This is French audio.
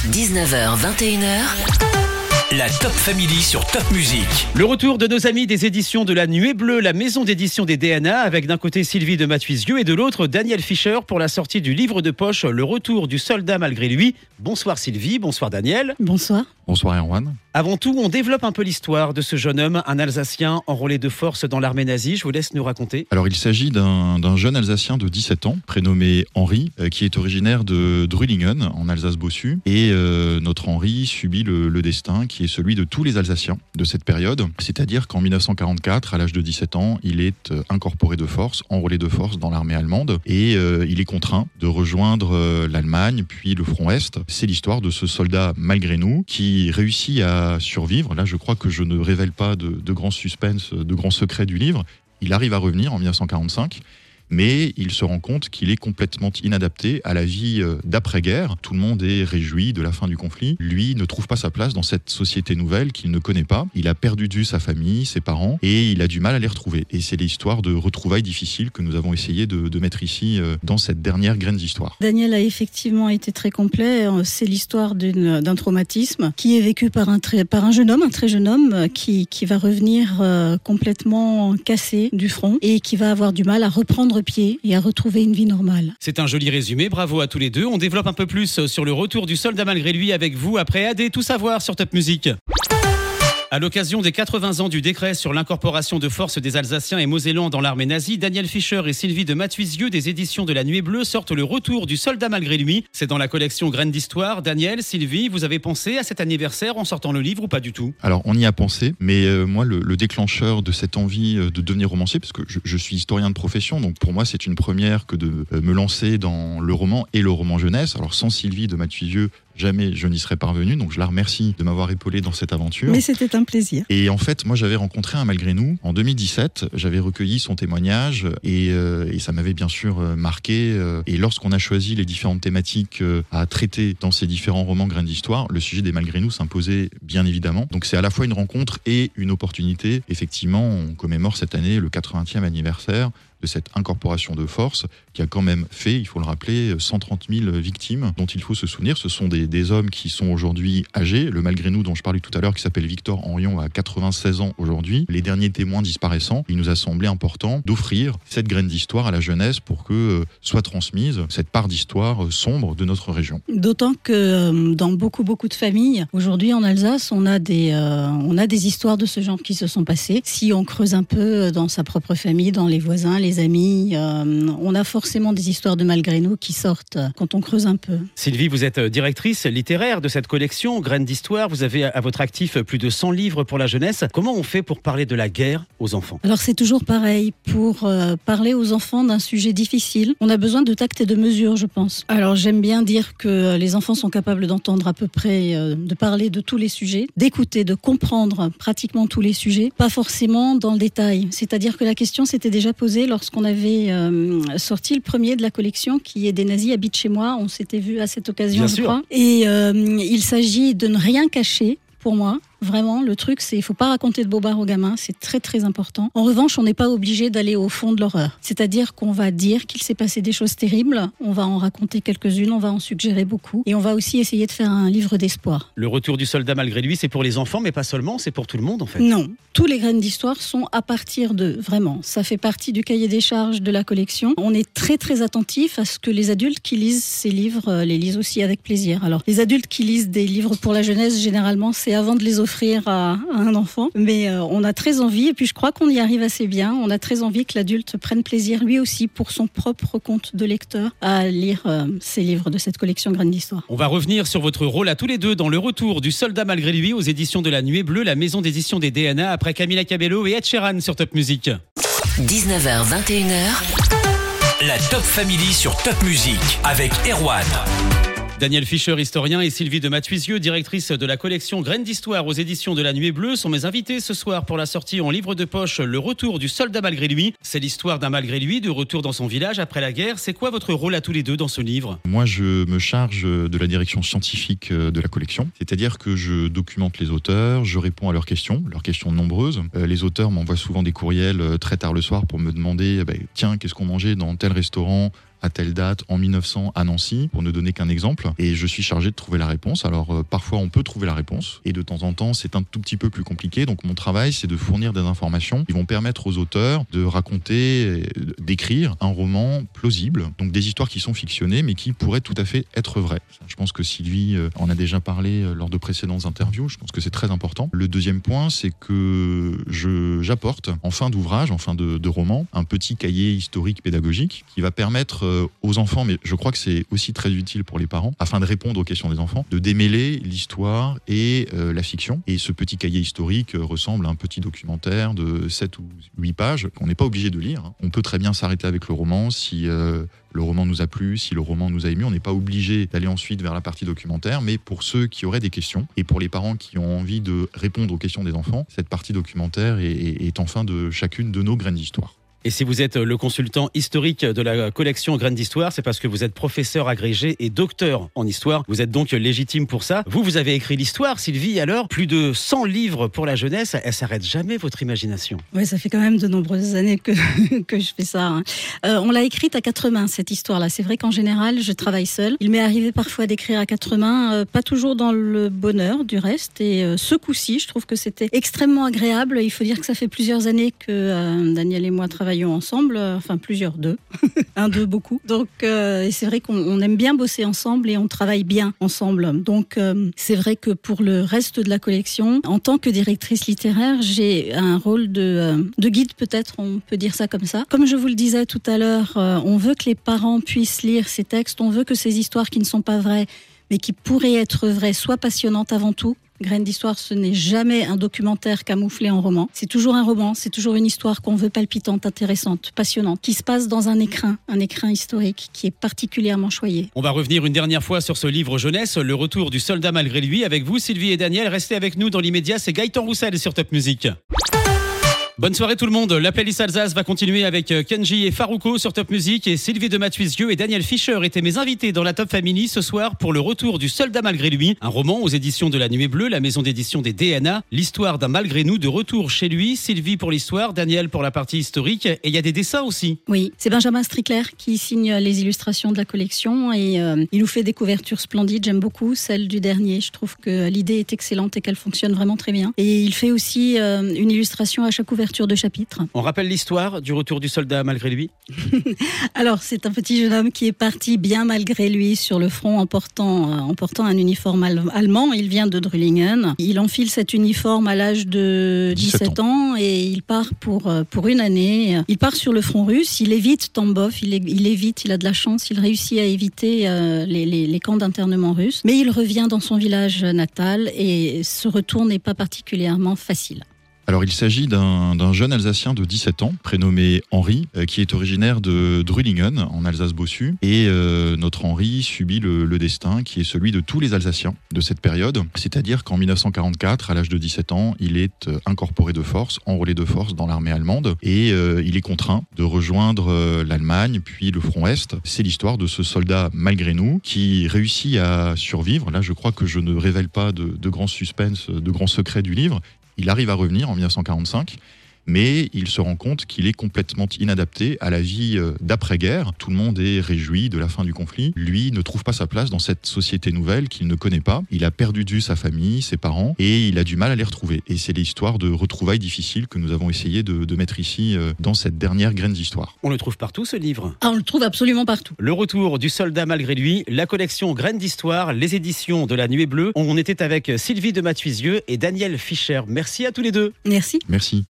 19h, 21h. La Top Family sur Top Music. Le retour de nos amis des éditions de la Nuée Bleue, la maison d'édition des DNA, avec d'un côté Sylvie de Mathuisieux et de l'autre Daniel Fischer pour la sortie du livre de poche Le retour du soldat malgré lui. Bonsoir Sylvie, bonsoir Daniel. Bonsoir. Bonsoir Erwan. Avant tout, on développe un peu l'histoire de ce jeune homme, un Alsacien enrôlé de force dans l'armée nazie. Je vous laisse nous raconter. Alors il s'agit d'un jeune Alsacien de 17 ans, prénommé Henri, qui est originaire de Drulingen, en Alsace-Bossu. Et notre Henri subit le destin qui est celui de tous les Alsaciens de cette période. C'est-à-dire qu'en 1944, à l'âge de 17 ans, il est incorporé de force, enrôlé de force dans l'armée allemande. Et il est contraint de rejoindre l'Allemagne, puis le front Est. C'est l'histoire de ce soldat malgré nous qui réussit à survivre. Là, je crois que je ne révèle pas de grands suspens, de grands secrets du livre. Il arrive à revenir en 1945. Mais il se rend compte qu'il est complètement inadapté à la vie d'après-guerre. Tout le monde est réjoui de la fin du conflit. Lui ne trouve pas sa place dans cette société nouvelle qu'il ne connaît pas. Il a perdu de vue sa famille, ses parents, et il a du mal à les retrouver. Et c'est l'histoire de retrouvailles difficiles que nous avons essayé de mettre ici dans cette dernière graine d'histoire. Daniel a effectivement été très complet. C'est l'histoire d'un traumatisme qui est vécu par un jeune homme, un très jeune homme, qui va revenir complètement cassé du front et qui va avoir du mal à reprendre pied et à retrouver une vie normale. C'est un joli résumé, bravo à tous les deux. On développe un peu plus sur le retour du soldat malgré lui avec vous après AD Tout Savoir sur Top Music. À l'occasion des 80 ans du décret sur l'incorporation de force des Alsaciens et Mosellans dans l'armée nazie, Daniel Fischer et Sylvie de Mathuisieux des éditions de la Nuée Bleue sortent le retour du soldat malgré lui. C'est dans la collection Graines d'Histoire. Daniel, Sylvie, vous avez pensé à cet anniversaire en sortant le livre ou pas du tout ? Alors on y a pensé, mais moi le déclencheur de cette envie de devenir romancier, parce que je suis historien de profession, donc pour moi c'est une première que de me lancer dans le roman et le roman jeunesse. Alors sans Sylvie de Mathuisieux, jamais je n'y serais parvenu, donc je la remercie de m'avoir épaulé dans cette aventure. Mais c'était un plaisir. Et en fait, moi j'avais rencontré un malgré nous en 2017, j'avais recueilli son témoignage et ça m'avait bien sûr marqué. Et lorsqu'on a choisi les différentes thématiques à traiter dans ces différents romans Graines d'Histoire, le sujet des malgré nous s'imposait bien évidemment. Donc c'est à la fois une rencontre et une opportunité. Effectivement, on commémore cette année le 80e anniversaire de cette incorporation de force qui a quand même fait, il faut le rappeler, 130 000 victimes dont il faut se souvenir. Ce sont des hommes qui sont aujourd'hui âgés. Le malgré nous dont je parlais tout à l'heure, qui s'appelle Victor Henrion, a 96 ans aujourd'hui. Les derniers témoins disparaissant, il nous a semblé important d'offrir cette graine d'histoire à la jeunesse pour que soit transmise cette part d'histoire sombre de notre région. D'autant que dans beaucoup de familles, aujourd'hui en Alsace, on a des histoires de ce genre qui se sont passées. Si on creuse un peu dans sa propre famille, dans les voisins, les amis, on a forcément des histoires de malgré nous qui sortent quand on creuse un peu. Sylvie, vous êtes directrice littéraire de cette collection Graines d'Histoire. Vous avez à votre actif plus de 100 livres pour la jeunesse. Comment on fait pour parler de la guerre aux enfants ? Alors c'est toujours pareil. Pour parler aux enfants d'un sujet difficile, on a besoin de tact et de mesure, je pense. Alors j'aime bien dire que les enfants sont capables d'entendre à peu près, de parler de tous les sujets, d'écouter, de comprendre pratiquement tous les sujets, pas forcément dans le détail. C'est-à-dire que la question s'était déjà posée lorsqu'on avait sorti le premier de la collection qui est Des nazis habitent chez moi. On s'était vu à cette occasion, je crois. Et il s'agit de ne rien cacher pour moi. Vraiment, le truc, c'est il faut pas raconter de bobards aux gamins, c'est très très important. En revanche, on n'est pas obligé d'aller au fond de l'horreur. C'est-à-dire qu'on va dire qu'il s'est passé des choses terribles, on va en raconter quelques-unes, on va en suggérer beaucoup, et on va aussi essayer de faire un livre d'espoir. Le retour du soldat malgré lui, c'est pour les enfants, mais pas seulement, c'est pour tout le monde en fait. Non, tous les graines d'histoire sont à partir de, vraiment, ça fait partie du cahier des charges de la collection. On est très très attentif à ce que les adultes qui lisent ces livres les lisent aussi avec plaisir. Alors, les adultes qui lisent des livres pour la jeunesse, généralement, c'est avant de les offrir à un enfant, mais on a très envie, et puis je crois qu'on y arrive assez bien, on a très envie que l'adulte prenne plaisir lui aussi pour son propre compte de lecteur à lire ces livres de cette collection Graines d'Histoire. On va revenir sur votre rôle à tous les deux dans le retour du soldat malgré lui aux éditions de la Nuée Bleue, la maison d'édition des DNA, après Camila Cabello et Ed Sheeran sur Top Music. 19h, 21h. La Top Family sur Top Music avec Erwan. Daniel Fischer, historien, et Sylvie de Mathuisieux, directrice de la collection Graines d'Histoire aux éditions de la Nuée Bleue, sont mes invités ce soir pour la sortie en livre de poche Le retour du soldat malgré lui. C'est l'histoire d'un malgré lui de retour dans son village après la guerre. C'est quoi votre rôle à tous les deux dans ce livre ? Moi, je me charge de la direction scientifique de la collection, c'est-à-dire que je documente les auteurs, je réponds à leurs questions nombreuses. Les auteurs m'envoient souvent des courriels très tard le soir pour me demander tiens, qu'est-ce qu'on mangeait dans tel restaurant à telle date, en 1900, à Nancy, pour ne donner qu'un exemple. Et je suis chargé de trouver la réponse. Alors, parfois, on peut trouver la réponse. Et de temps en temps, c'est un tout petit peu plus compliqué. Donc, mon travail, c'est de fournir des informations qui vont permettre aux auteurs de raconter, d'écrire un roman plausible. Donc, des histoires qui sont fictionnées, mais qui pourraient tout à fait être vraies. Je pense que Sylvie en a déjà parlé lors de précédentes interviews. Je pense que c'est très important. Le deuxième point, c'est que j'apporte, en fin d'ouvrage, en fin de roman, un petit cahier historique pédagogique qui va permettre aux enfants, mais je crois que c'est aussi très utile pour les parents, afin de répondre aux questions des enfants, de démêler l'histoire et la fiction. Et ce petit cahier historique ressemble à un petit documentaire de 7 ou 8 pages qu'on n'est pas obligé de lire. On peut très bien s'arrêter avec le roman si le roman nous a plu, si le roman nous a ému. On n'est pas obligé d'aller ensuite vers la partie documentaire, mais pour ceux qui auraient des questions et pour les parents qui ont envie de répondre aux questions des enfants, cette partie documentaire est en fin de chacune de nos graines d'histoire. Et si vous êtes le consultant historique de la collection Graines d'Histoire, c'est parce que vous êtes professeur agrégé et docteur en histoire. Vous êtes donc légitime pour ça. Vous avez écrit l'histoire, Sylvie, alors plus de 100 livres pour la jeunesse. Elle s'arrête jamais, votre imagination. Oui, ça fait quand même de nombreuses années que je fais ça. On l'a écrite à 4 mains, cette histoire-là. C'est vrai qu'en général, je travaille seule. Il m'est arrivé parfois d'écrire à 4 mains, pas toujours dans le bonheur du reste. Et ce coup-ci, je trouve que c'était extrêmement agréable. Il faut dire que ça fait plusieurs années que Daniel et moi travaillons ensemble, enfin plusieurs, 2, 1, 2, beaucoup. Donc c'est vrai qu'on aime bien bosser ensemble et on travaille bien ensemble. Donc c'est vrai que pour le reste de la collection, en tant que directrice littéraire, j'ai un rôle de guide, peut-être, on peut dire ça comme ça. Comme je vous le disais tout à l'heure, on veut que les parents puissent lire ces textes, on veut que ces histoires qui ne sont pas vraies, mais qui pourraient être vraies, soient passionnantes avant tout. Graines d'Histoire, ce n'est jamais un documentaire camouflé en roman. C'est toujours un roman, c'est toujours une histoire qu'on veut palpitante, intéressante, passionnante, qui se passe dans un écrin historique qui est particulièrement choyé. On va revenir une dernière fois sur ce livre jeunesse, Le retour du soldat malgré lui. Avec vous, Sylvie et Daniel, restez avec nous dans l'immédiat. C'est Gaëtan Roussel sur Top Music. Bonne soirée tout le monde, la playlist Alsace va continuer avec Kenji et Farouko sur Top Music et Sylvie de Mathuisieux et Daniel Fischer étaient mes invités dans la Top Family ce soir pour le retour du soldat malgré lui, un roman aux éditions de la Nuée Bleue, la maison d'édition des DNA, l'histoire d'un malgré nous de retour chez lui, Sylvie pour l'histoire, Daniel pour la partie historique et il y a des dessins aussi. Oui, c'est Benjamin Strickler qui signe les illustrations de la collection et il nous fait des couvertures splendides, j'aime beaucoup celle du dernier, je trouve que l'idée est excellente et qu'elle fonctionne vraiment très bien et il fait aussi une illustration à chaque ouverture de chapitre. On rappelle l'histoire du retour du soldat malgré lui. Alors, c'est un petit jeune homme qui est parti bien malgré lui sur le front en portant un uniforme allemand. Il vient de Drüllingen. Il enfile cet uniforme à l'âge de 17 ans et il part pour une année. Il part sur le front russe. Il évite Tambov. Il évite, il a de la chance. Il réussit à éviter les camps d'internement russes. Mais il revient dans son village natal et ce retour n'est pas particulièrement facile. Alors il s'agit d'un jeune Alsacien de 17 ans, prénommé Henri, qui est originaire de Drüllingen, en Alsace-Bossu. Et notre Henri subit le destin qui est celui de tous les Alsaciens de cette période. C'est-à-dire qu'en 1944, à l'âge de 17 ans, il est incorporé de force, enrôlé de force dans l'armée allemande. Et il est contraint de rejoindre l'Allemagne, puis le front Est. C'est l'histoire de ce soldat malgré nous qui réussit à survivre. Là, je crois que je ne révèle pas de grands suspens, de grands secrets du livre. Il arrive à revenir en 1945, mais il se rend compte qu'il est complètement inadapté à la vie d'après-guerre. Tout le monde est réjoui de la fin du conflit. Lui ne trouve pas sa place dans cette société nouvelle qu'il ne connaît pas. Il a perdu de vue sa famille, ses parents, et il a du mal à les retrouver. Et c'est l'histoire de retrouvailles difficiles que nous avons essayé de mettre ici dans cette dernière graine d'histoire. On le trouve partout, ce livre ? On le trouve absolument partout. Le retour du soldat malgré lui, la collection Graines d'Histoire, les éditions de la Nuée Bleue. On était avec Sylvie de Mathuisieux et Daniel Fischer. Merci à tous les deux. Merci. Merci.